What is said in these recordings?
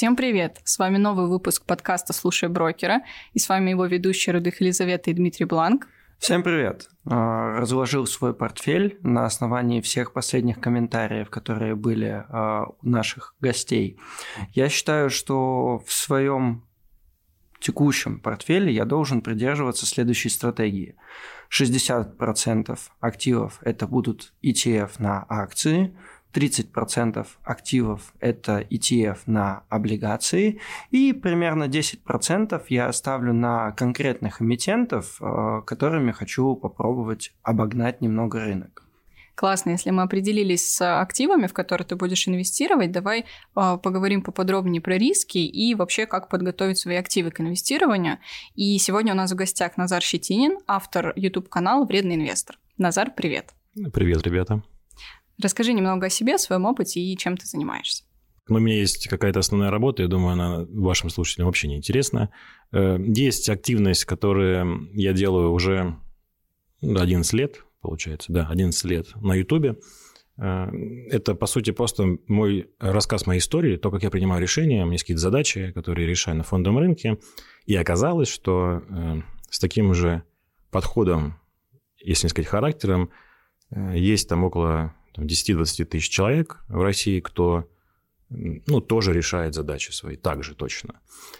Всем привет! С вами новый выпуск подкаста «Слушай брокера», и с вами его ведущие Рудых Елизавета и Дмитрий Бланк. Всем привет! Разложил свой портфель на основании всех последних комментариев, которые были у наших гостей. Я считаю, что в своем текущем портфеле я должен придерживаться следующей стратегии. 60% активов – это будут ETF на акции, 30% активов – это ETF на облигации, и примерно 10% я оставлю на конкретных эмитентов, которыми хочу попробовать обогнать немного рынок. Классно, если мы определились с активами, в которые ты будешь инвестировать, давай поговорим поподробнее про риски и вообще, как подготовить свои активы к инвестированию. И сегодня у нас в гостях Назар Щетинин, автор YouTube-канала «Вредный инвестор». Назар, привет! Привет, ребята! Расскажи немного о себе, о своем опыте и чем ты занимаешься. У меня есть какая-то основная работа, я думаю, она вашим слушателям вообще не интересна. Есть активность, которую я делаю уже 11 лет, получается, 11 лет на YouTube. Это, по сути, просто мой рассказ моей истории, то, как я принимаю решения, у меня есть какие-то задачи, которые решаю на фондовом рынке. И оказалось, что с таким же подходом, если не сказать характером, есть там около 10-20 тысяч человек в России, кто тоже решает задачи свои, так же точно.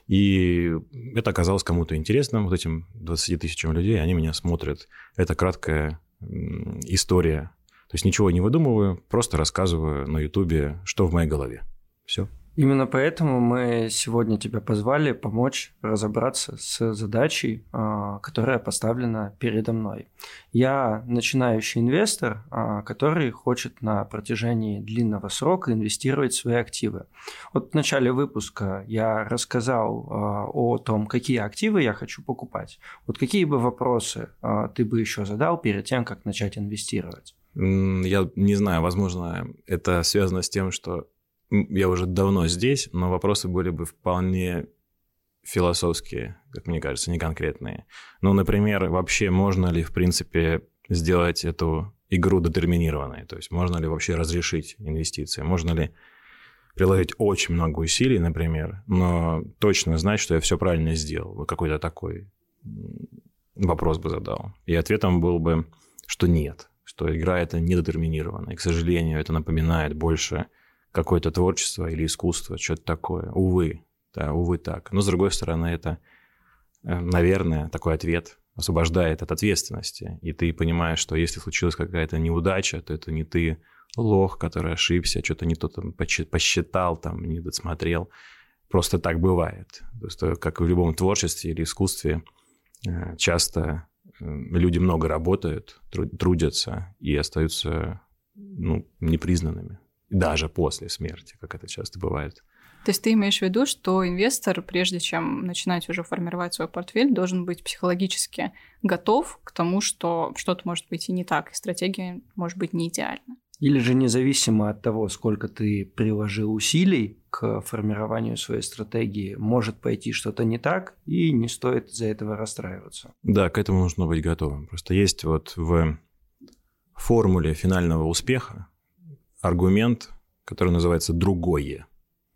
И это оказалось кому-то интересным, вот этим 20 тысячам людей, они меня смотрят. Это краткая история. То есть ничего не выдумываю, просто рассказываю на Ютубе, что в моей голове. Все. Именно поэтому мы сегодня тебя позвали помочь разобраться с задачей, которая поставлена передо мной. Я начинающий инвестор, который хочет на протяжении длинного срока инвестировать в свои активы. Вот в начале выпуска я рассказал о том, какие активы я хочу покупать. Вот какие бы вопросы ты бы еще задал перед тем, как начать инвестировать? Я не знаю, возможно, это связано с тем, что я уже давно здесь, но вопросы были бы вполне философские, как мне кажется, не конкретные. Ну, например, вообще можно ли, в принципе, сделать эту игру детерминированной? То есть можно ли вообще разрешить инвестиции? Можно ли приложить очень много усилий, например, но точно знать, что я все правильно сделал? Какой-то такой вопрос бы задал. И ответом был бы, что нет, что игра эта недетерминированная. И, к сожалению, это напоминает больше какое-то творчество или искусство, что-то такое. Увы, так. Но, с другой стороны, это, наверное, такой ответ освобождает от ответственности. И ты понимаешь, что если случилась какая-то неудача, то это не ты лох, который ошибся, что-то не то там посчитал, там, не досмотрел. Просто так бывает. Просто, как и в любом творчестве или искусстве, часто люди много работают, трудятся и остаются непризнанными. Даже после смерти, как это часто бывает. То есть ты имеешь в виду, что инвестор, прежде чем начинать уже формировать свой портфель, должен быть психологически готов к тому, что что-то может быть и не так, и стратегия может быть не идеальна? Или же независимо от того, сколько ты приложил усилий к формированию своей стратегии, может пойти что-то не так, и не стоит из-за этого расстраиваться. Да, к этому нужно быть готовым. Просто есть вот в формуле финального успеха аргумент, который называется «другое».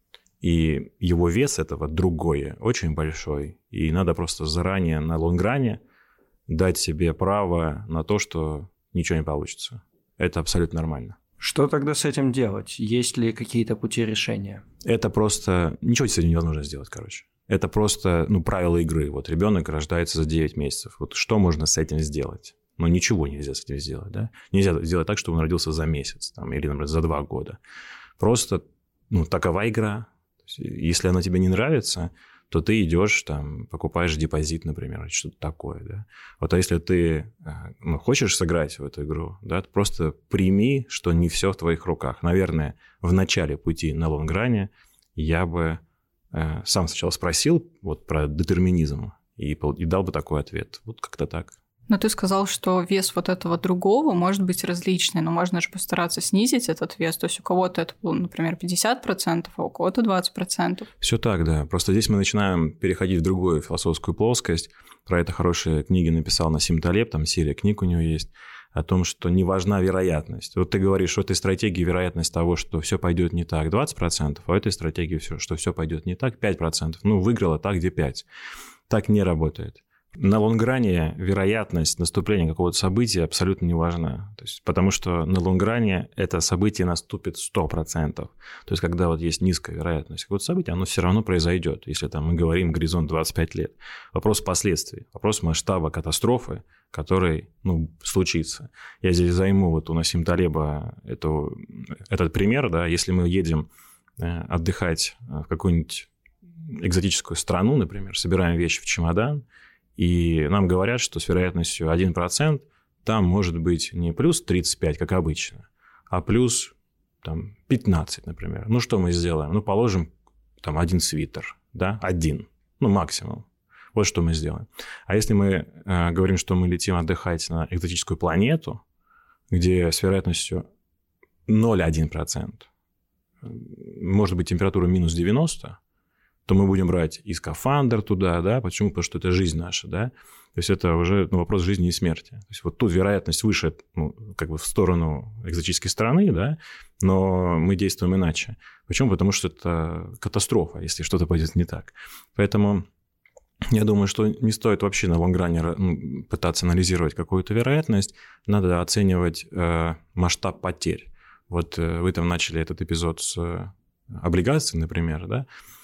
И его вес этого «другое» очень большой. И надо просто заранее на лонгране дать себе право на то, что ничего не получится. Это абсолютно нормально. Что тогда с этим делать? Есть ли какие-то пути решения? Это просто... Ничего с этим невозможно сделать, короче. Это просто правила игры. Вот ребенок рождается за 9 месяцев. Вот что можно с этим сделать? Но ничего нельзя с этим сделать, да? Нельзя сделать так, чтобы он родился за месяц или, например, за 2 года. Просто, такова игра. Если она тебе не нравится, то ты идешь, покупаешь депозит, например, что-то такое, да? Вот, а если ты хочешь сыграть в эту игру, да, то просто прими, что не все в твоих руках. Наверное, в начале пути на лонгране я бы сам сначала спросил про детерминизм и дал бы такой ответ. Вот как-то так. Но ты сказал, что вес вот этого другого может быть различный, но можно же постараться снизить этот вес. То есть у кого-то это было, например, 50%, а у кого-то 20%. Все так, да. Просто здесь мы начинаем переходить в другую философскую плоскость. Про это хорошие книги написал Насим Талеб, там серия книг у него есть. о том, что не важна вероятность. Вот ты говоришь, что в этой стратегии вероятность того, что все пойдет не так, 20%, а в этой стратегии, что все пойдет не так, 5%. Ну, выиграла так, где 5%. Так не работает. На лонгране вероятность наступления какого-то события абсолютно не важна. То есть, потому что на лонгране это событие наступит 100%. То есть, когда вот есть низкая вероятность какого-то события, оно все равно произойдет, если там мы говорим горизонт 25 лет. Вопрос последствий, вопрос масштаба катастрофы, который случится. Я здесь займу вот у Насим Талеба этот пример. Да, если мы едем отдыхать в какую-нибудь экзотическую страну, например, собираем вещи в чемодан, и нам говорят, что с вероятностью 1% там может быть не плюс 35, как обычно, а плюс 15, например. Ну, что мы сделаем? Положим там один свитер, да, один, максимум. Вот что мы сделаем. А если мы говорим, что мы летим отдыхать на экзотическую планету, где с вероятностью 0,1% может быть температура минус 90, то мы будем брать и скафандр туда, да, почему? Потому что это жизнь наша, да, то есть это уже вопрос жизни и смерти. То есть вот тут вероятность выше, как бы в сторону экзотической страны, да, но мы действуем иначе. Почему? Потому что это катастрофа, если что-то пойдет не так. Поэтому я думаю, что не стоит вообще на лонгране пытаться анализировать какую-то вероятность, надо оценивать масштаб потерь. Вот вы там начали этот эпизод с облигаций, например, да.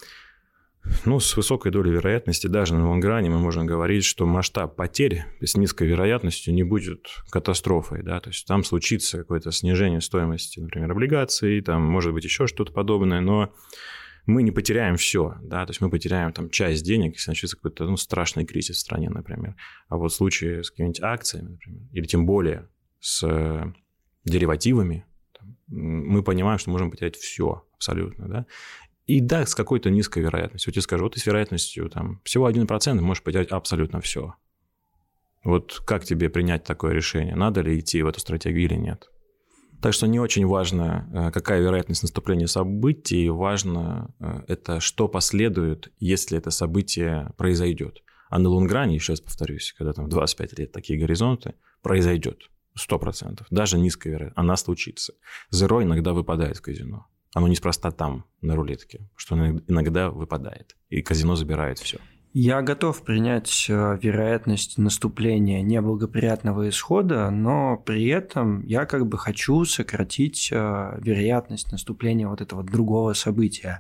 С высокой долей вероятности даже на лонгране мы можем говорить, что масштаб потерь с низкой вероятностью не будет катастрофой. Да? То есть там случится какое-то снижение стоимости, например, облигаций, там может быть еще что-то подобное, но мы не потеряем все. Да? То есть мы потеряем там часть денег, если начнется какой-то страшный кризис в стране, например. А вот в случае с какими-нибудь акциями, например, или тем более с деривативами, мы понимаем, что можем потерять все абсолютно. Да? И да, с какой-то низкой вероятностью. Вот я скажу, вот с вероятностью всего 1% можешь потерять абсолютно все. Вот как тебе принять такое решение? Надо ли идти в эту стратегию или нет? Так что не очень важно, какая вероятность наступления событий, важно это, что последует, если это событие произойдет. А на лонгране, еще раз повторюсь, когда 25 лет такие горизонты, произойдет 100%. Даже низкая вероятность, она случится. Зеро иногда выпадает в казино. Оно неспроста там, на рулетке, что оно иногда выпадает, и казино забирает все. Я готов принять вероятность наступления неблагоприятного исхода, но при этом я как бы хочу сократить вероятность наступления вот этого другого события.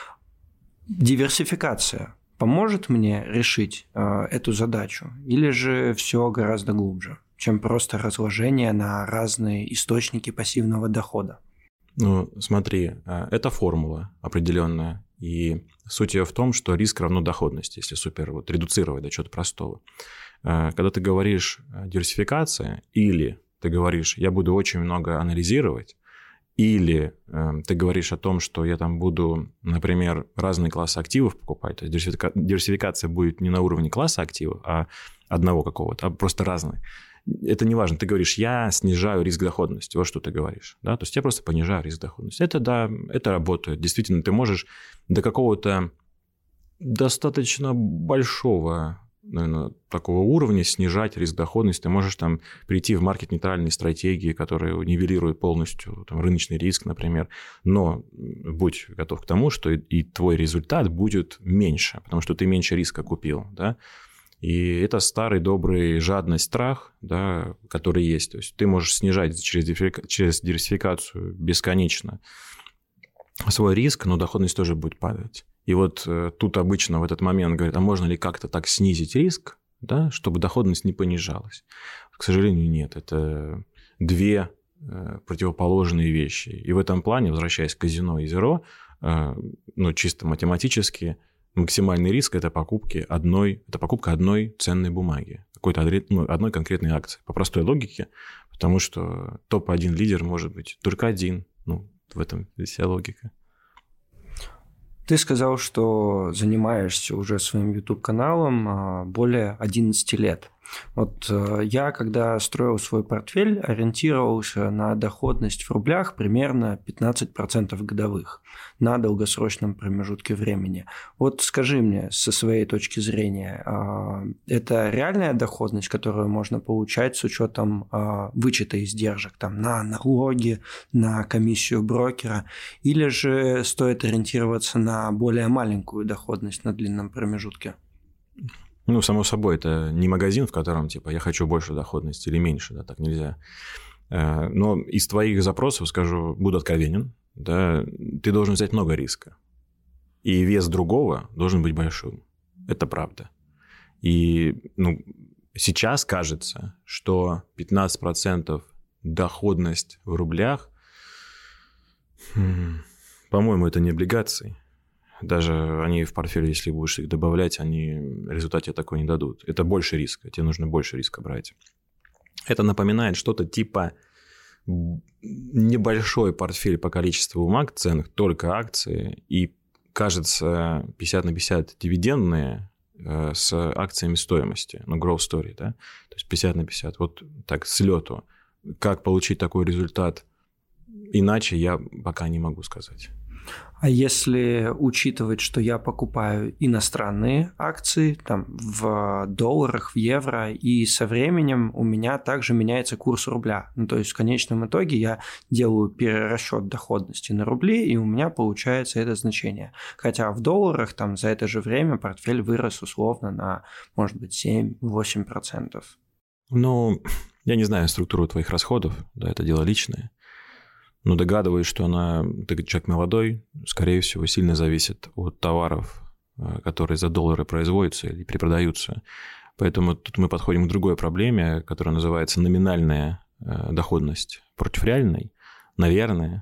Диверсификация поможет мне решить эту задачу, или же все гораздо глубже, чем просто разложение на разные источники пассивного дохода? Смотри, это формула определенная, и суть ее в том, что риск равно доходности, если редуцировать до чего-то простого. Когда ты говоришь диверсификация, или ты говоришь, я буду очень много анализировать, или ты говоришь о том, что я там буду, например, разные классы активов покупать, то есть диверсификация будет не на уровне класса активов, а одного какого-то, а просто разные. Это не важно. Ты говоришь, я снижаю риск доходности. Вот что ты говоришь. Да? То есть я просто понижаю риск доходности. Это да, это работает. Действительно, ты можешь до какого-то достаточно большого, наверное, такого уровня снижать риск доходности. Ты можешь там прийти в маркет-нейтральные стратегии, которые нивелируют полностью рыночный риск, например. Но будь готов к тому, что и твой результат будет меньше, потому что ты меньше риска купил, да? И это старый, добрый, жадный страх, да, который есть. То есть ты можешь снижать через диверсификацию бесконечно свой риск, но доходность тоже будет падать. И вот тут обычно в этот момент говорят, а можно ли как-то так снизить риск, да, чтобы доходность не понижалась? К сожалению, нет. Это две противоположные вещи. И в этом плане, возвращаясь к казино и зеро, чисто математически, максимальный риск – это покупка одной ценной бумаги, какой-то одной конкретной акции. По простой логике, потому что топ-1 лидер может быть только один. В этом вся логика. Ты сказал, что занимаешься уже своим YouTube-каналом более 11 лет. Вот я, когда строил свой портфель, ориентировался на доходность в рублях примерно 15% годовых на долгосрочном промежутке времени. Вот скажи мне, со своей точки зрения, это реальная доходность, которую можно получать с учетом вычета издержек там, на налоги, на комиссию брокера, или же стоит ориентироваться на более маленькую доходность на длинном промежутке? Ну, само собой, это не магазин, в котором, типа, я хочу больше доходности или меньше, да, так нельзя. Но из твоих запросов, скажу, буду откровенен, да, ты должен взять много риска. И вес другого должен быть большим. Это правда. И, сейчас кажется, что 15% доходность в рублях, по-моему, это не облигации. Даже они в портфеле, если будешь их добавлять, они результат тебе такой не дадут. Это больше риска, тебе нужно больше риска брать. Это напоминает что-то типа небольшой портфель по количеству бумаг ценных, только акции, и, кажется, 50 на 50 дивидендные с акциями стоимости, growth story, да? То есть 50 на 50. Вот так, с лету. Как получить такой результат иначе, я пока не могу сказать. А если учитывать, что я покупаю иностранные акции там, в долларах, в евро, и со временем у меня также меняется курс рубля. То есть в конечном итоге я делаю перерасчет доходности на рубли, и у меня получается это значение. Хотя в долларах там, за это же время портфель вырос условно на, может быть, 7-8%. Ну, я не знаю структуру твоих расходов, да, это дело личное. Но догадываюсь, что ты человек молодой, скорее всего, сильно зависит от товаров, которые за доллары производятся или перепродаются. Поэтому тут мы подходим к другой проблеме, которая называется номинальная доходность против реальной. Наверное,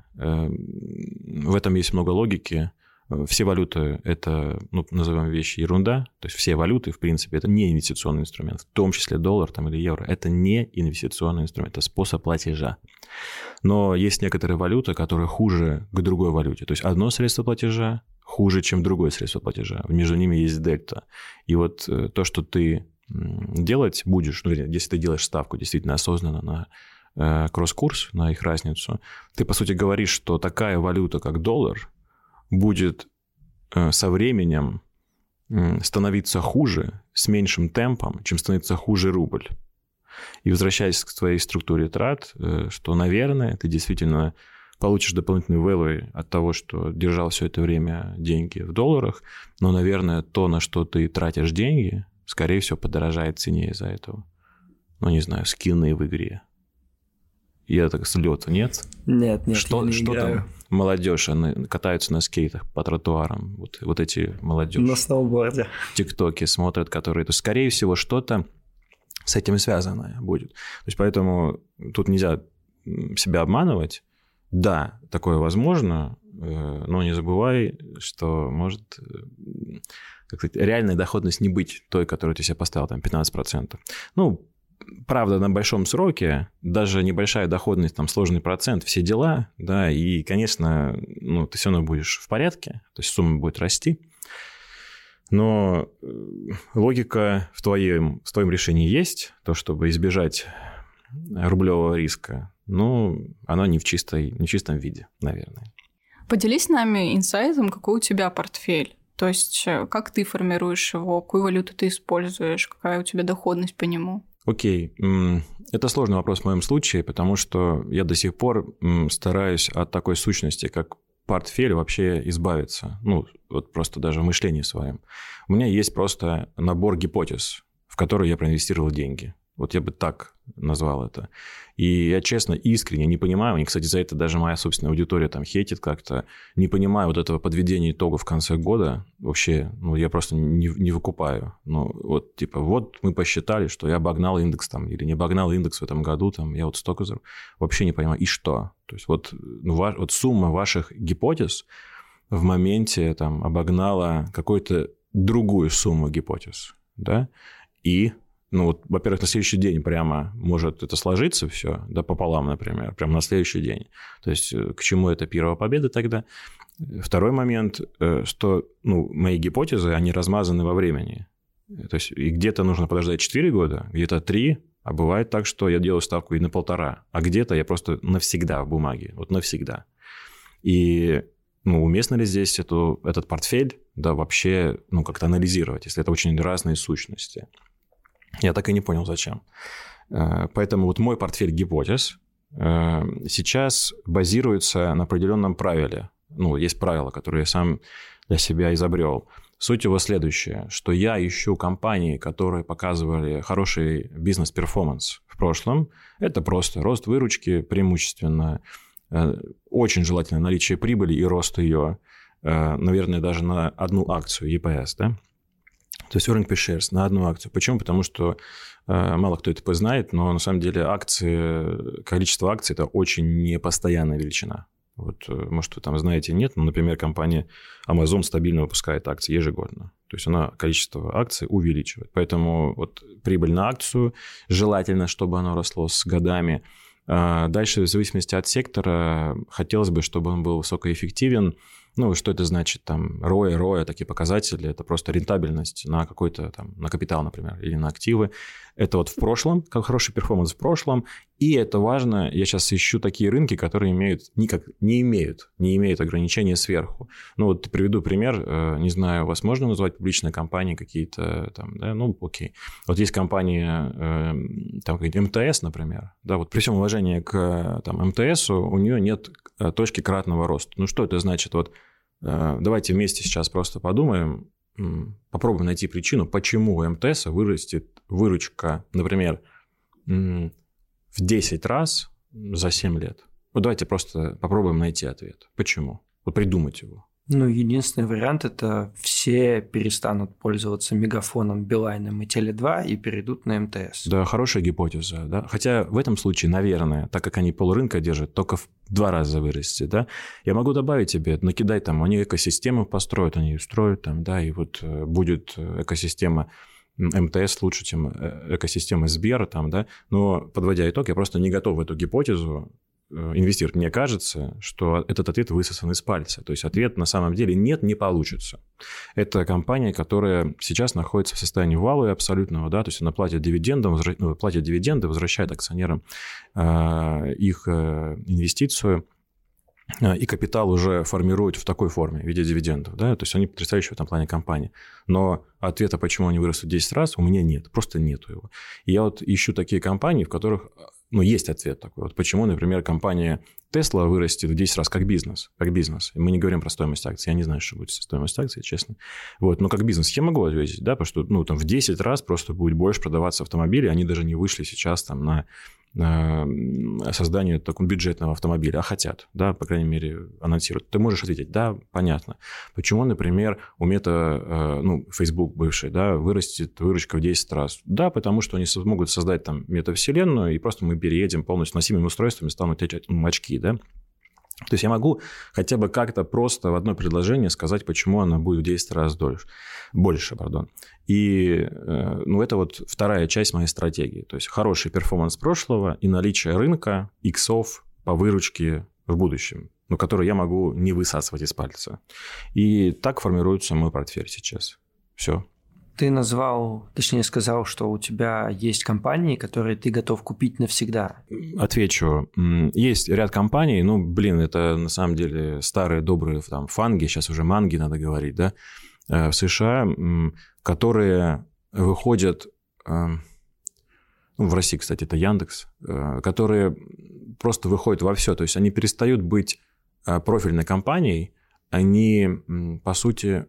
в этом есть много логики. Все валюты – это, назовем вещи, ерунда. То есть все валюты, в принципе, это не инвестиционный инструмент. В том числе доллар там, или евро. Это не инвестиционный инструмент, это способ платежа. Но есть некоторые валюты, которые хуже к другой валюте. То есть одно средство платежа хуже, чем другое средство платежа. Между ними есть дельта. И вот то, что ты делать будешь, если ты делаешь ставку действительно осознанно на кросс-курс, на их разницу, ты, по сути, говоришь, что такая валюта, как доллар, будет со временем становиться хуже с меньшим темпом, чем становится хуже рубль. И возвращаясь к твоей структуре трат, что, наверное, ты действительно получишь дополнительный value от того, что держал все это время деньги в долларах, но, наверное, то, на что ты тратишь деньги, скорее всего, подорожает в цене из-за этого. Не знаю, скины в игре. Я так с лёту, нет? Нет, что там? Молодежь, они катаются на скейтах по тротуарам. Вот эти молодежь. На сноуборде. ТикТоки смотрят, которые... То, скорее всего, что-то с этим связанное будет. То есть, поэтому тут нельзя себя обманывать. Да, такое возможно, но не забывай, что может, как сказать, реальная доходность не быть той, которую ты себе поставил, там, 15%. Правда, на большом сроке даже небольшая доходность, там, сложный процент, все дела, да, и, конечно, ты все равно будешь в порядке, то есть сумма будет расти, но логика в твоем решении есть, то, чтобы избежать рублевого риска, она не в чистом виде, наверное. Поделись с нами инсайтом, какой у тебя портфель. То есть как ты формируешь его, какую валюту ты используешь, какая у тебя доходность по нему? Окей. Это сложный вопрос в моем случае, потому что я до сих пор стараюсь от такой сущности, как портфель, вообще избавиться. Вот просто даже в мышлении своем. У меня есть просто набор гипотез, в которые я проинвестировал деньги. Вот я бы так назвал это. И я, честно, искренне не понимаю, и, кстати, за это даже моя собственная аудитория там хейтит как-то, не понимаю вот этого подведения итогов в конце года. Вообще, я просто не выкупаю. Вот мы посчитали, что я обогнал индекс там, или не обогнал индекс в этом году, там, я вот столько... Вообще не понимаю. И что? То есть вот сумма ваших гипотез в моменте там обогнала какую-то другую сумму гипотез, да? И... во-первых, на следующий день прямо может это сложиться все, да, пополам, например, прямо на следующий день. То есть, к чему эта первая победа тогда? Второй момент, что, мои гипотезы, они размазаны во времени. То есть и где-то нужно подождать 4 года, где-то 3, а бывает так, что я делаю ставку и на 1,5, а где-то я просто навсегда в бумаге, вот навсегда. И уместно ли здесь этот портфель, да, вообще, как-то анализировать, если это очень разные сущности? Я так и не понял, зачем. Поэтому вот мой портфель гипотез сейчас базируется на определенном правиле. Есть правило, которое я сам для себя изобрел. Суть его следующая, что я ищу компании, которые показывали хороший бизнес-перформанс в прошлом. Это просто рост выручки преимущественно, очень желательно наличие прибыли и рост ее, наверное, даже на одну акцию EPS, да? То есть earning per shares на одну акцию. Почему? Потому что мало кто это знает, но на самом деле количество акций – это очень непостоянная величина. Вот, может, вы там знаете, нет, но, например, компания Amazon стабильно выпускает акции ежегодно. То есть она количество акций увеличивает. Поэтому вот прибыль на акцию желательно, чтобы оно росло с годами. Дальше, в зависимости от сектора, хотелось бы, чтобы он был высокоэффективен. Что это значит? Там ROE, такие показатели, это просто рентабельность на какой-то на капитал, например, или на активы. Это вот в прошлом, как хороший перформанс в прошлом. И это важно, я сейчас ищу такие рынки, которые не имеют ограничения сверху. Приведу пример, не знаю, вас можно назвать публичные компании какие-то там, да, окей. Вот есть компания, там, МТС, например, да, вот при всем уважении к МТСу, у нее нет точки кратного роста. Что это значит? Вот давайте вместе сейчас просто подумаем, попробуем найти причину, почему у МТС вырастет выручка, например, в 10 раз за 7 лет. Давайте просто попробуем найти ответ. Почему? Придумать его. Единственный вариант – это все перестанут пользоваться Мегафоном, Билайном и Теле2 и перейдут на МТС. Да, хорошая гипотеза. Да? Хотя в этом случае, наверное, так как они полрынка держат, только в 2 раза вырасти. Да? Я могу добавить тебе, накидать они экосистему построят, они ее строят, да, и вот будет экосистема МТС лучше, чем экосистема Сбера, да. Но, подводя итог, я просто не готов в эту гипотезу инвестировать. Мне кажется, что этот ответ высосан из пальца. То есть ответ на самом деле нет, не получится. Это компания, которая сейчас находится в состоянии вала абсолютного, да, то есть она платит дивиденды, возвращает акционерам их инвестицию, и капитал уже формируют в такой форме, в виде дивидендов. Да? То есть они потрясающие в этом плане компании. Но ответа, почему они вырастут 10 раз, у меня нет. Просто нету его. И я ищу такие компании, в которых есть ответ такой. Вот почему, например, компания Tesla вырастет в 10 раз как бизнес. И мы не говорим про стоимость акций. Я не знаю, что будет со стоимостью акций, честно. Но как бизнес я могу ответить, да, потому что в 10 раз просто будет больше продаваться автомобилей. Они даже не вышли сейчас на создание такого бюджетного автомобиля, а хотят, да, по крайней мере, анонсируют. Ты можешь ответить, да, понятно. Почему, например, у Мета, Facebook бывший, да, вырастет выручка в 10 раз? Да, потому что они смогут создать там метавселенную, и просто мы переедем полностью носимыми устройствами, станут очки, да. То есть я могу хотя бы как-то просто в одно предложение сказать, почему она будет в 10 раз больше. И это вот вторая часть моей стратегии. То есть хороший перформанс прошлого и наличие рынка, иксов по выручке в будущем, который я могу не высасывать из пальца. И так формируется мой портфель сейчас. Все. Ты сказал, что у тебя есть компании, которые ты готов купить навсегда. Отвечу. Есть ряд компаний, это на самом деле старые добрые фанги, сейчас уже манги надо говорить, да, в США, которые выходят, в России, кстати, это Яндекс, которые просто выходят во все, то есть они перестают быть профильной компанией, они, по сути,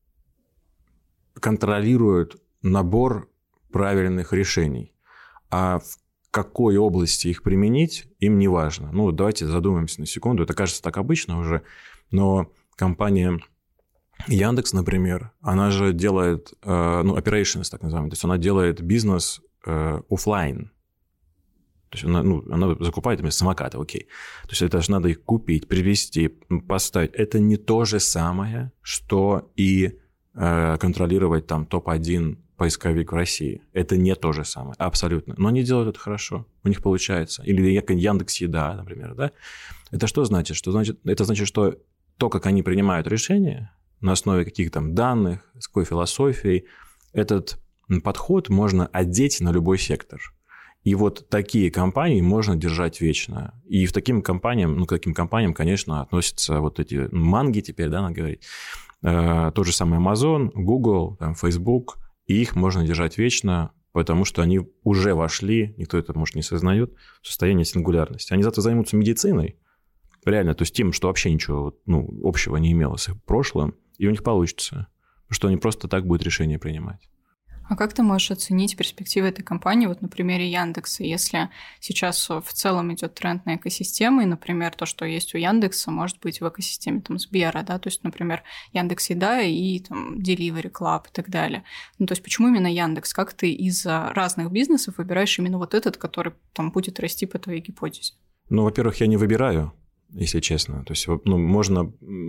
контролируют набор правильных решений. А в какой области их применить, им не важно. Давайте задумаемся на секунду. Это кажется так обычно уже, но компания Яндекс, например, она же делает, operations, так называемый, то есть она делает бизнес офлайн. То есть она закупает самокаты, окей. То есть это же надо их купить, привезти, поставить. Это не то же самое, что и контролировать топ-1 поисковик в России. Это не то же самое, абсолютно. Но они делают это хорошо, у них получается. Или Яндекс.Еда, например, да? Это что значит? Это значит, что то, как они принимают решения на основе каких-то данных, с какой философией, этот подход можно одеть на любой сектор. И вот такие компании можно держать вечно. И к таким компаниям, конечно, относятся вот эти манги теперь, да, надо говорить. Тот же самый Amazon, Google, там, Facebook. И их можно держать вечно, потому что они уже вошли, никто это, может, не сознает, в состояние сингулярности. Они завтра займутся медициной, реально, то есть тем, что вообще ничего общего не имело с их прошлым, и у них получится, потому что они просто так будут решения принимать. А как ты можешь оценить перспективы этой компании вот на примере Яндекса, если сейчас в целом идет тренд на экосистемы, и, например, то, что есть у Яндекса, может быть в экосистеме там Сбера, да, то есть, например, Яндекс.Еда и там Delivery Club и так далее. Ну, то есть почему именно Яндекс? Как ты из разных бизнесов выбираешь именно вот этот, который там будет расти по твоей гипотезе? Ну, во-первых, я не выбираю, если честно. То есть, можно...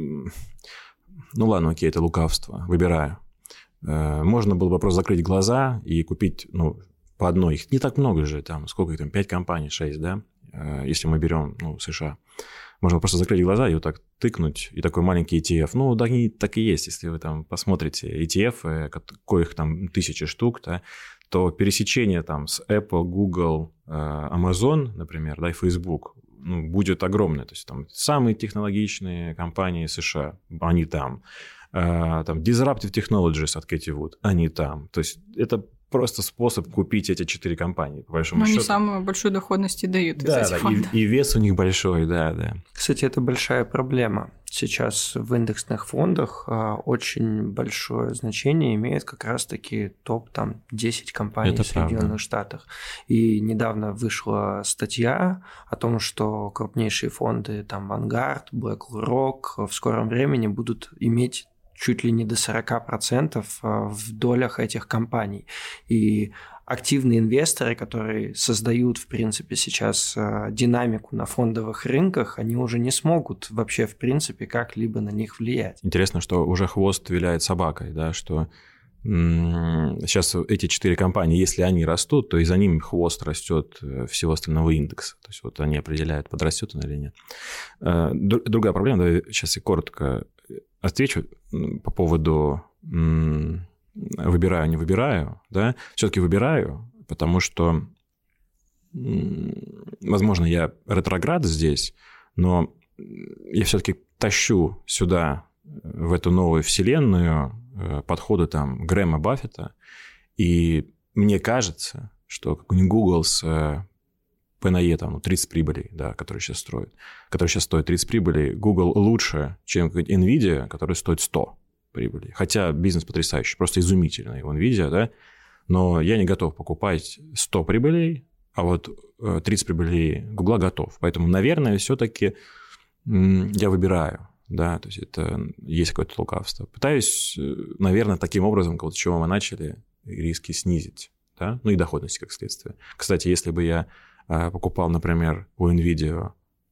Ну, ладно, окей, это лукавство. Выбираю. Можно было бы просто закрыть глаза и купить, по одной. Их не так много же, там, сколько их там, 5 компаний, 6, да, если мы берем, США. Можно просто закрыть глаза и вот так тыкнуть, и такой маленький ETF. Ну, да, они так и есть, если вы там посмотрите ETF, коих там 1000 штук, да, то пересечение там с Apple, Google, Amazon, например, да, и Facebook, будет огромное. То есть там самые технологичные компании США, они там. Там Disruptive Technologies от Кэти Вуд, они там. То есть это просто способ купить эти 4 компании, по большому счету. Они самую большую доходность и дают из этих этих фондов. И вес у них большой, да. Кстати, это большая проблема. Сейчас в индексных фондах очень большое значение имеет как раз-таки топ-10 компаний в Соединенных Штатах. И недавно вышла статья о том, что крупнейшие фонды, там Vanguard, BlackRock, в скором времени будут иметь чуть ли не до 40% в долях этих компаний. И активные инвесторы, которые создают, в принципе, сейчас динамику на фондовых рынках, они уже не смогут вообще, в принципе, как-либо на них влиять. Интересно, что уже хвост виляет собакой, да, что сейчас эти 4 компании, если они растут, то и за ними хвост растет всего остального индекса. То есть вот они определяют, подрастет он или нет. Другая проблема, да, сейчас я коротко отвечу по поводу выбираю, не выбираю, да, все-таки выбираю, потому что, возможно, я ретроград здесь, но я все-таки тащу сюда, в эту новую вселенную, подходы там Грэма Баффета, и мне кажется, что какой-нибудь Google с P/E, там, 30 прибылей, да, который сейчас стоит 30 прибылей, Google лучше, чем Nvidia, который стоит 100 прибылей. Хотя бизнес потрясающий, просто изумительный его Nvidia, да, но я не готов покупать 100 прибылей, а вот 30 прибылей Google готов. Поэтому, наверное, все-таки я выбираю, да, то есть это есть какое-то лукавство. Пытаюсь, наверное, таким образом, с чего мы начали, риски снизить, да, и доходности как следствие. Кстати, если бы я покупал, например, у NVIDIA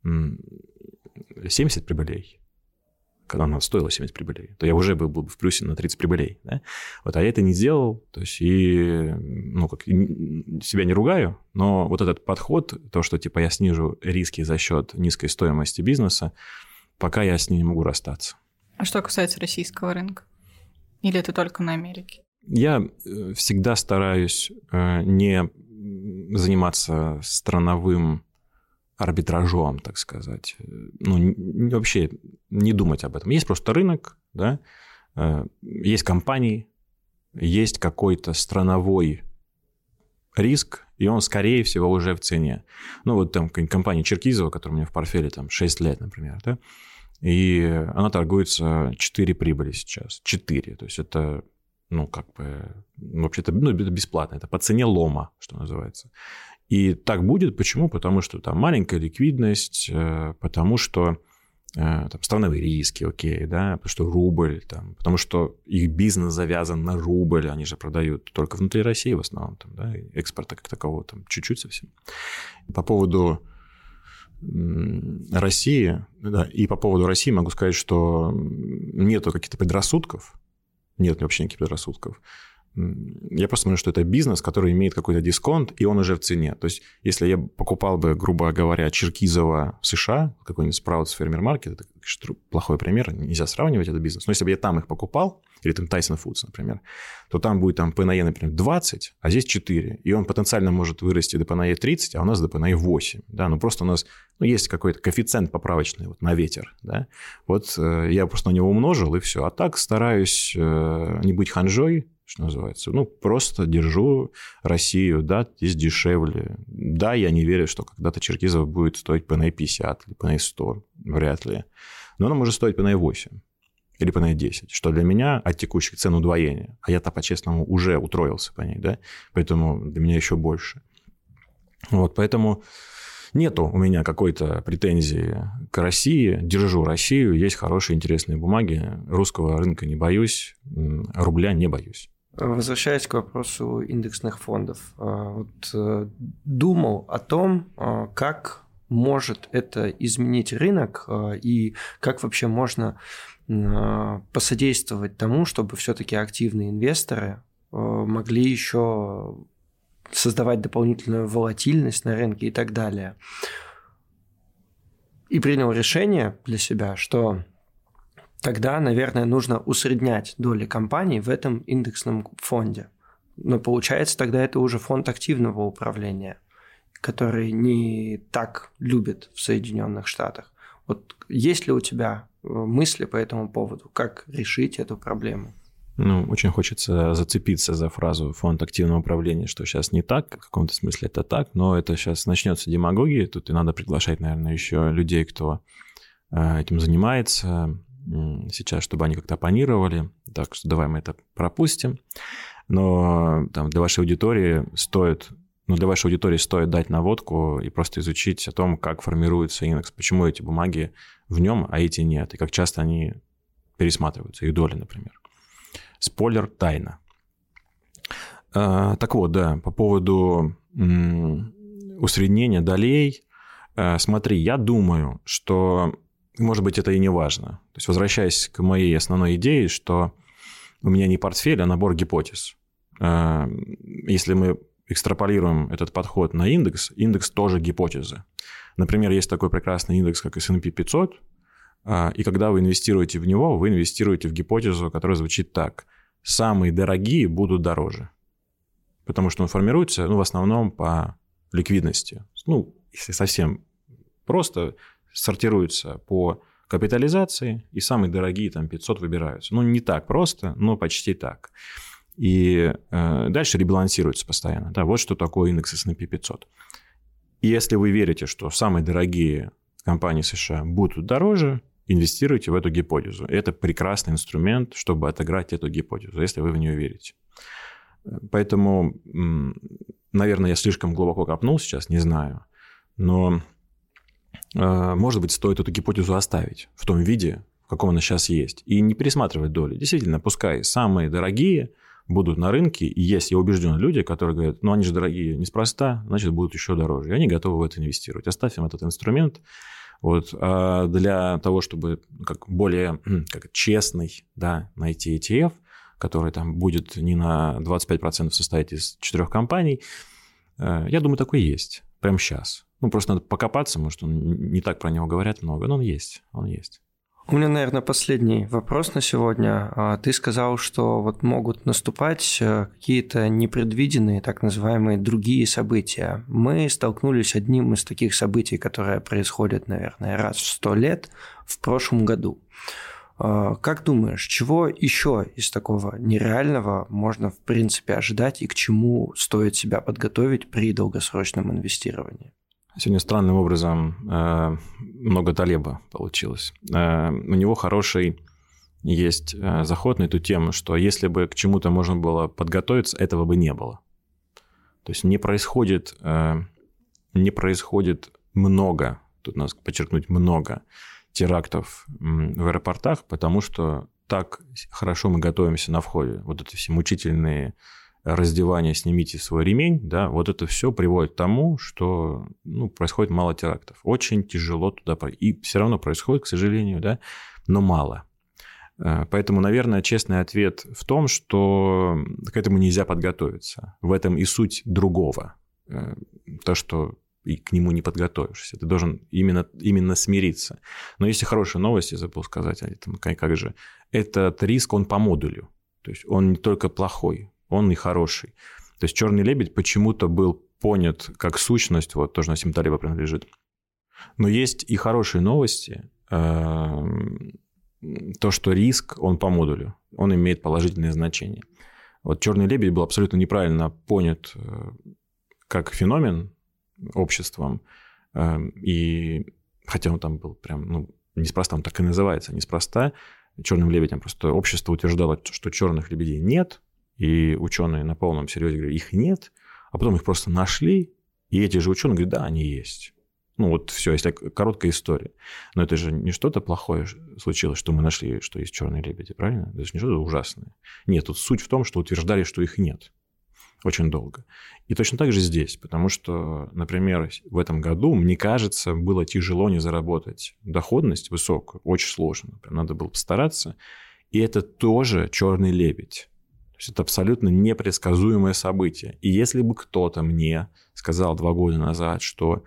70 прибылей, когда она стоила 70 прибылей, то я уже был бы в плюсе на 30 прибылей. Да? Вот, а я это не сделал, то есть и, себя не ругаю, но вот этот подход, то, что типа я снижу риски за счет низкой стоимости бизнеса, пока я с ним не могу расстаться. А что касается российского рынка? Или это только на Америке? Я всегда стараюсь не заниматься страновым арбитражом, так сказать. Вообще не думать об этом. Есть просто рынок, да? Есть компании, есть какой-то страновой риск, и он, скорее всего, уже в цене. Вот там компания Черкизова, которая у меня в портфеле там 6 лет, например, да? И она торгуется 4 прибыли сейчас. 4. То есть это... вообще-то, это бесплатно, это по цене лома, что называется. И так будет, почему? Потому что там маленькая ликвидность, потому что там страновые риски, окей, да, потому что рубль, там, потому что их бизнес завязан на рубль, они же продают только внутри России в основном, там, да, экспорта как такового там чуть-чуть совсем. По поводу России, да, и по поводу России могу сказать, что нету каких-то предрассудков, нет вообще никаких предрассудков. Я просто смотрю, что это бизнес, который имеет какой-то дисконт, и он уже в цене. То есть, если я покупал бы, грубо говоря, Черкизово в США, какой-нибудь Sprouts Farmers Market, это, конечно, плохой пример, нельзя сравнивать этот бизнес, но если бы я там их покупал, или там Tyson Foods, например, то там будет там ПНЕ, например, 20, а здесь 4. И он потенциально может вырасти до ПНЕ 30, а у нас до ПНЕ 8. Да? Ну, просто у нас есть какой-то коэффициент поправочный вот, на ветер. Да? Вот я просто на него умножил, и все. А так стараюсь не быть ханжой, что называется. Ну, просто держу Россию, да, здесь дешевле. Да, я не верю, что когда-то Черкизово будет стоить ПНЕ 50 или ПНЕ 100, вряд ли. Но оно может стоить ПНЕ 8 или ПНЕ 10, что для меня от текущих цен удвоение. А я-то, по-честному, уже утроился по ней, да, поэтому для меня еще больше. Вот, поэтому нету у меня какой-то претензии к России. Держу Россию, есть хорошие, интересные бумаги. Русского рынка не боюсь, рубля не боюсь. Возвращаясь к вопросу индексных фондов, вот думал о том, как может это изменить рынок и как вообще можно посодействовать тому, чтобы все-таки активные инвесторы могли еще создавать дополнительную волатильность на рынке и так далее. И принял решение для себя, что тогда, наверное, нужно усреднять доли компаний в этом индексном фонде. Но получается, тогда это уже фонд активного управления, который не так любят в Соединенных Штатах. Вот есть ли у тебя мысли по этому поводу, как решить эту проблему? Ну, очень хочется зацепиться за фразу «фонд активного управления», что сейчас не так, в каком-то смысле это так, но это сейчас начнется демагогия, тут и надо приглашать, наверное, еще людей, кто этим занимается сейчас, чтобы они как-то оппонировали, так что давай мы это пропустим. Но там, для вашей аудитории стоит дать наводку и просто изучить о том, как формируется индекс, почему эти бумаги в нем, а эти нет, и как часто они пересматриваются, их доли, например. Спойлер – тайна. Так вот, да, по поводу усреднения долей. Смотри, я думаю, что, может быть, это и не важно. То есть, возвращаясь к моей основной идее, что у меня не портфель, а набор гипотез. Если мы экстраполируем этот подход на индекс, индекс тоже гипотезы. Например, есть такой прекрасный индекс, как S&P 500, и когда вы инвестируете в него, вы инвестируете в гипотезу, которая звучит так. Самые дорогие будут дороже. Потому что он формируется, в основном по ликвидности. Если совсем просто, сортируется по капитализации, и самые дорогие, там, 500 выбираются. Не так просто, но почти так. И дальше ребалансируется постоянно. Да, вот что такое индекс S&P 500. И если вы верите, что самые дорогие компании США будут дороже, инвестируйте в эту гипотезу. Это прекрасный инструмент, чтобы отыграть эту гипотезу, если вы в нее верите. Поэтому, наверное, я слишком глубоко копнул сейчас, не знаю. Но, может быть, стоит эту гипотезу оставить в том виде, в каком она сейчас есть, и не пересматривать доли. Действительно, пускай самые дорогие будут на рынке, и есть, я убежден, люди, которые говорят, они же дорогие неспроста, значит, будут еще дороже. И они готовы в это инвестировать. Оставим этот инструмент. Вот. А для того, чтобы более честный, да, найти ETF, который там будет не на 25% состоять из 4 компаний, я думаю, такой есть. Прямо сейчас. Просто надо покопаться, может, не так про него говорят много, но он есть. У меня, наверное, последний вопрос на сегодня. Ты сказал, что вот могут наступать какие-то непредвиденные, так называемые, другие события. Мы столкнулись с одним из таких событий, которое происходит, наверное, раз в 100 лет в прошлом году. Как думаешь, чего еще из такого нереального можно, в принципе, ожидать и к чему стоит себя подготовить при долгосрочном инвестировании? Сегодня странным образом много Талеба получилось. У него хороший есть заход на эту тему, что если бы к чему-то можно было подготовиться, этого бы не было. То есть не происходит много, тут надо подчеркнуть, много терактов в аэропортах, потому что так хорошо мы готовимся на входе. Вот эти все мучительные раздевание, снимите свой ремень, да, вот это все приводит к тому, что происходит мало терактов. Очень тяжело туда пройти. И все равно происходит, к сожалению, да, но мало. Поэтому, наверное, честный ответ в том, что к этому нельзя подготовиться. В этом и суть другого. То, что и к нему не подготовишься. Ты должен именно смириться. Но есть и хорошая новость, я забыл сказать, как же. Этот риск, он по модулю. То есть он не только плохой, он и хороший. То есть черный лебедь почему-то был понят как сущность, вот тоже Насим Талеба принадлежит. Но есть и хорошие новости. То, что риск, он по модулю, он имеет положительное значение. Вот черный лебедь был абсолютно неправильно понят как феномен обществом, и хотя он там был прям, неспроста, он так и называется, неспроста, черным лебедем просто общество утверждало, что черных лебедей нет, и ученые на полном серьезе говорят, их нет, а потом их просто нашли, и эти же ученые говорят, да, они есть. Вот все, если короткая история. Но это же не что-то плохое случилось, что мы нашли, что есть черные лебеди, правильно? Это же не что-то ужасное. Нет, тут суть в том, что утверждали, что их нет. Очень долго. И точно так же здесь, потому что, например, в этом году, мне кажется, было тяжело не заработать доходность высокую, очень сложно. Надо было постараться. И это тоже черный лебедь. То есть это абсолютно непредсказуемое событие. И если бы кто-то мне сказал 2 года назад, что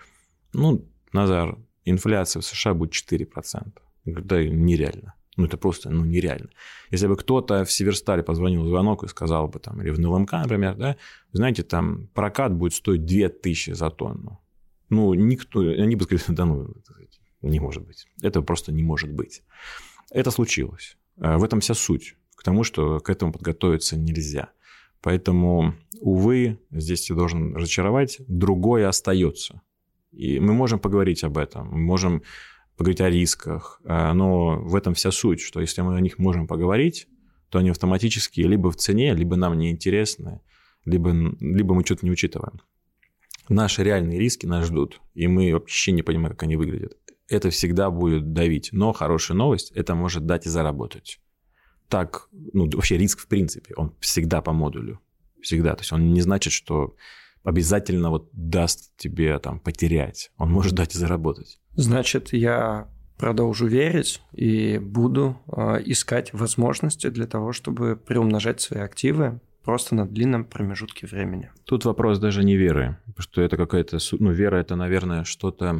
Назар, инфляция в США будет 4%. Я говорю, да, нереально. Это просто, нереально. Если бы кто-то в Северстале позвонил в звонок и сказал бы, или в НЛМК, например, да, знаете, там прокат будет стоить 2000 за тонну. Никто, они бы сказали, не может быть. Это просто не может быть. Это случилось. В этом вся суть. К тому, что к этому подготовиться нельзя. Поэтому, увы, здесь я должен разочаровать, другое остается. И мы можем поговорить об этом, мы можем поговорить о рисках, но в этом вся суть, что если мы о них можем поговорить, то они автоматически либо в цене, либо нам неинтересны, либо мы что-то не учитываем. Наши реальные риски нас ждут, и мы вообще не понимаем, как они выглядят. Это всегда будет давить, но хорошая новость, это может дать и заработать. Так, вообще риск в принципе, он всегда по модулю, всегда. То есть он не значит, что обязательно даст тебе потерять. Он может дать и заработать. Значит, я продолжу верить и буду искать возможности для того, чтобы приумножать свои активы просто на длинном промежутке времени. Тут вопрос даже не веры, потому что это какая-то... вера – это, наверное, что-то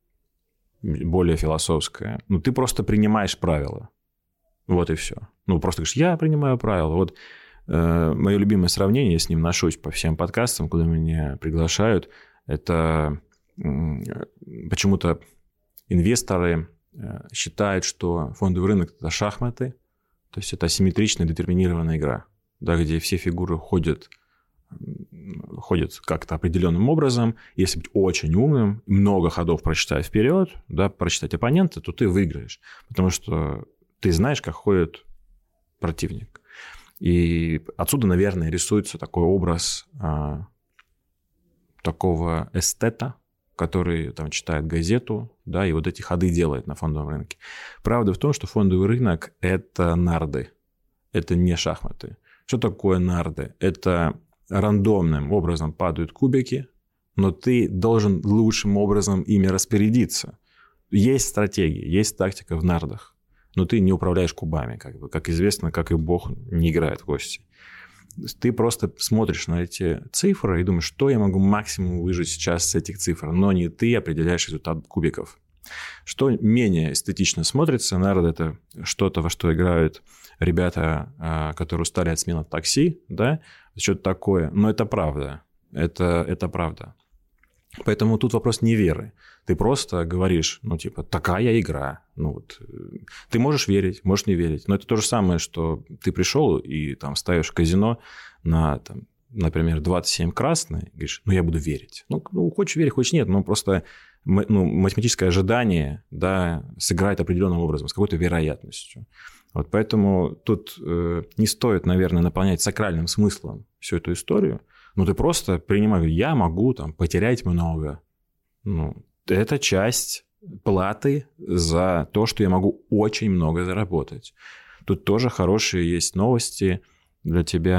более философское. Ты просто принимаешь правила. Вот и все. Просто говоришь, я принимаю правила. Мое любимое сравнение, я с ним ношусь по всем подкастам, куда меня приглашают, это почему-то инвесторы считают, что фондовый рынок – это шахматы, то есть это асимметричная детерминированная игра, да, где все фигуры ходят как-то определенным образом. Если быть очень умным, много ходов прочитать вперед, да, прочитать оппонента, то ты выиграешь, потому что ты знаешь, как ходит противник. И отсюда, наверное, рисуется такой образ такого эстета, который читает газету, да, и эти ходы делает на фондовом рынке. Правда в том, что фондовый рынок – это нарды, это не шахматы. Что такое нарды? Это рандомным образом падают кубики, но ты должен лучшим образом ими распорядиться. Есть стратегия, есть тактика в нардах. Но ты не управляешь кубами, как известно, как и Бог не играет в гости. Ты просто смотришь на эти цифры и думаешь, что я могу максимум выжать сейчас с этих цифр, но не ты определяешь результат кубиков. Что менее эстетично смотрится, наверное, это что-то, во что играют ребята, которые устали от смены такси, да, что-то такое, но это правда, это правда. Поэтому тут вопрос не веры. Ты просто говоришь, такая игра. Ты можешь верить, можешь не верить. Но это то же самое, что ты пришел и ставишь казино на, например, 27 красный, и говоришь, я буду верить. Хочешь верить, хочешь нет, но просто математическое ожидание, да, сыграет определенным образом, с какой-то вероятностью. Поэтому тут не стоит, наверное, наполнять сакральным смыслом всю эту историю. Ты просто принимаешь, я могу потерять много. Это часть платы за то, что я могу очень много заработать. Тут тоже хорошие есть новости для тебя,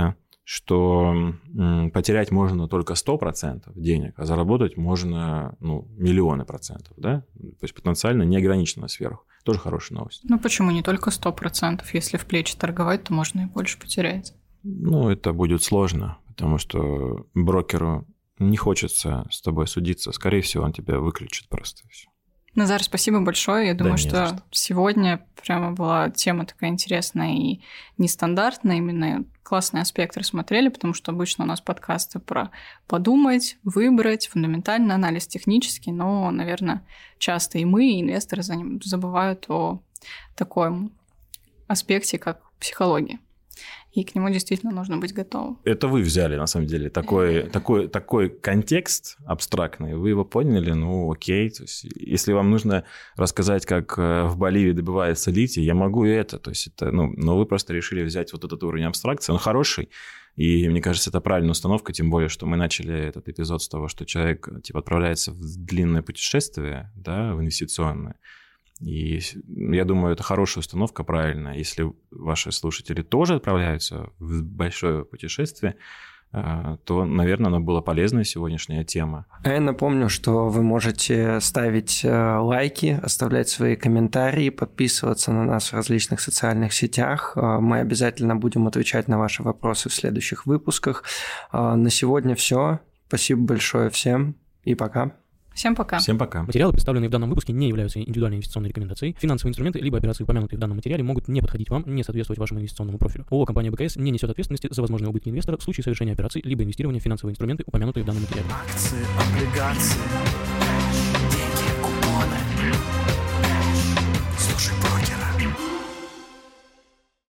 что потерять можно только 100% денег, а заработать можно миллионы процентов, да? То есть потенциально неограниченно сверху. Тоже хорошая новость. Ну почему не только 100%? Если в плечи торговать, то можно и больше потерять. Это будет сложно, потому что брокеру не хочется с тобой судиться. Скорее всего, он тебя выключит просто. Все. Назар, спасибо большое. Я думаю, что что сегодня прямо была тема такая интересная и нестандартная. Именно классный аспект рассмотрели, потому что обычно у нас подкасты про подумать, выбрать, фундаментальный анализ технический, но, наверное, часто и мы, и инвесторы забывают о таком аспекте, как психология. И к нему действительно нужно быть готовым. Это вы взяли, на самом деле, такой контекст абстрактный, вы его поняли, окей. То есть, если вам нужно рассказать, как в Боливии добывается литий, я могу и это. То есть, но вы просто решили взять вот этот уровень абстракции, он хороший, и мне кажется, это правильная установка, тем более, что мы начали этот эпизод с того, что человек отправляется в длинное путешествие, да, в инвестиционное. И я думаю, это хорошая установка, правильная. Если ваши слушатели тоже отправляются в большое путешествие, то, наверное, она была полезная сегодняшняя тема. Я напомню, что вы можете ставить лайки, оставлять свои комментарии, подписываться на нас в различных социальных сетях. Мы обязательно будем отвечать на ваши вопросы в следующих выпусках. На сегодня все. Спасибо большое всем и пока. Всем пока. Всем пока. Материалы, представленные в данном выпуске, не являются индивидуальной инвестиционной рекомендацией. Финансовые инструменты либо операции, упомянутые в данном материале, могут не подходить вам, не соответствовать вашему инвестиционному профилю. ООО «Компания БКС» не несет ответственности за возможные убытки инвестора в случае совершения операций либо инвестирования в финансовые инструменты, упомянутые в данном материале. Акции, облигации.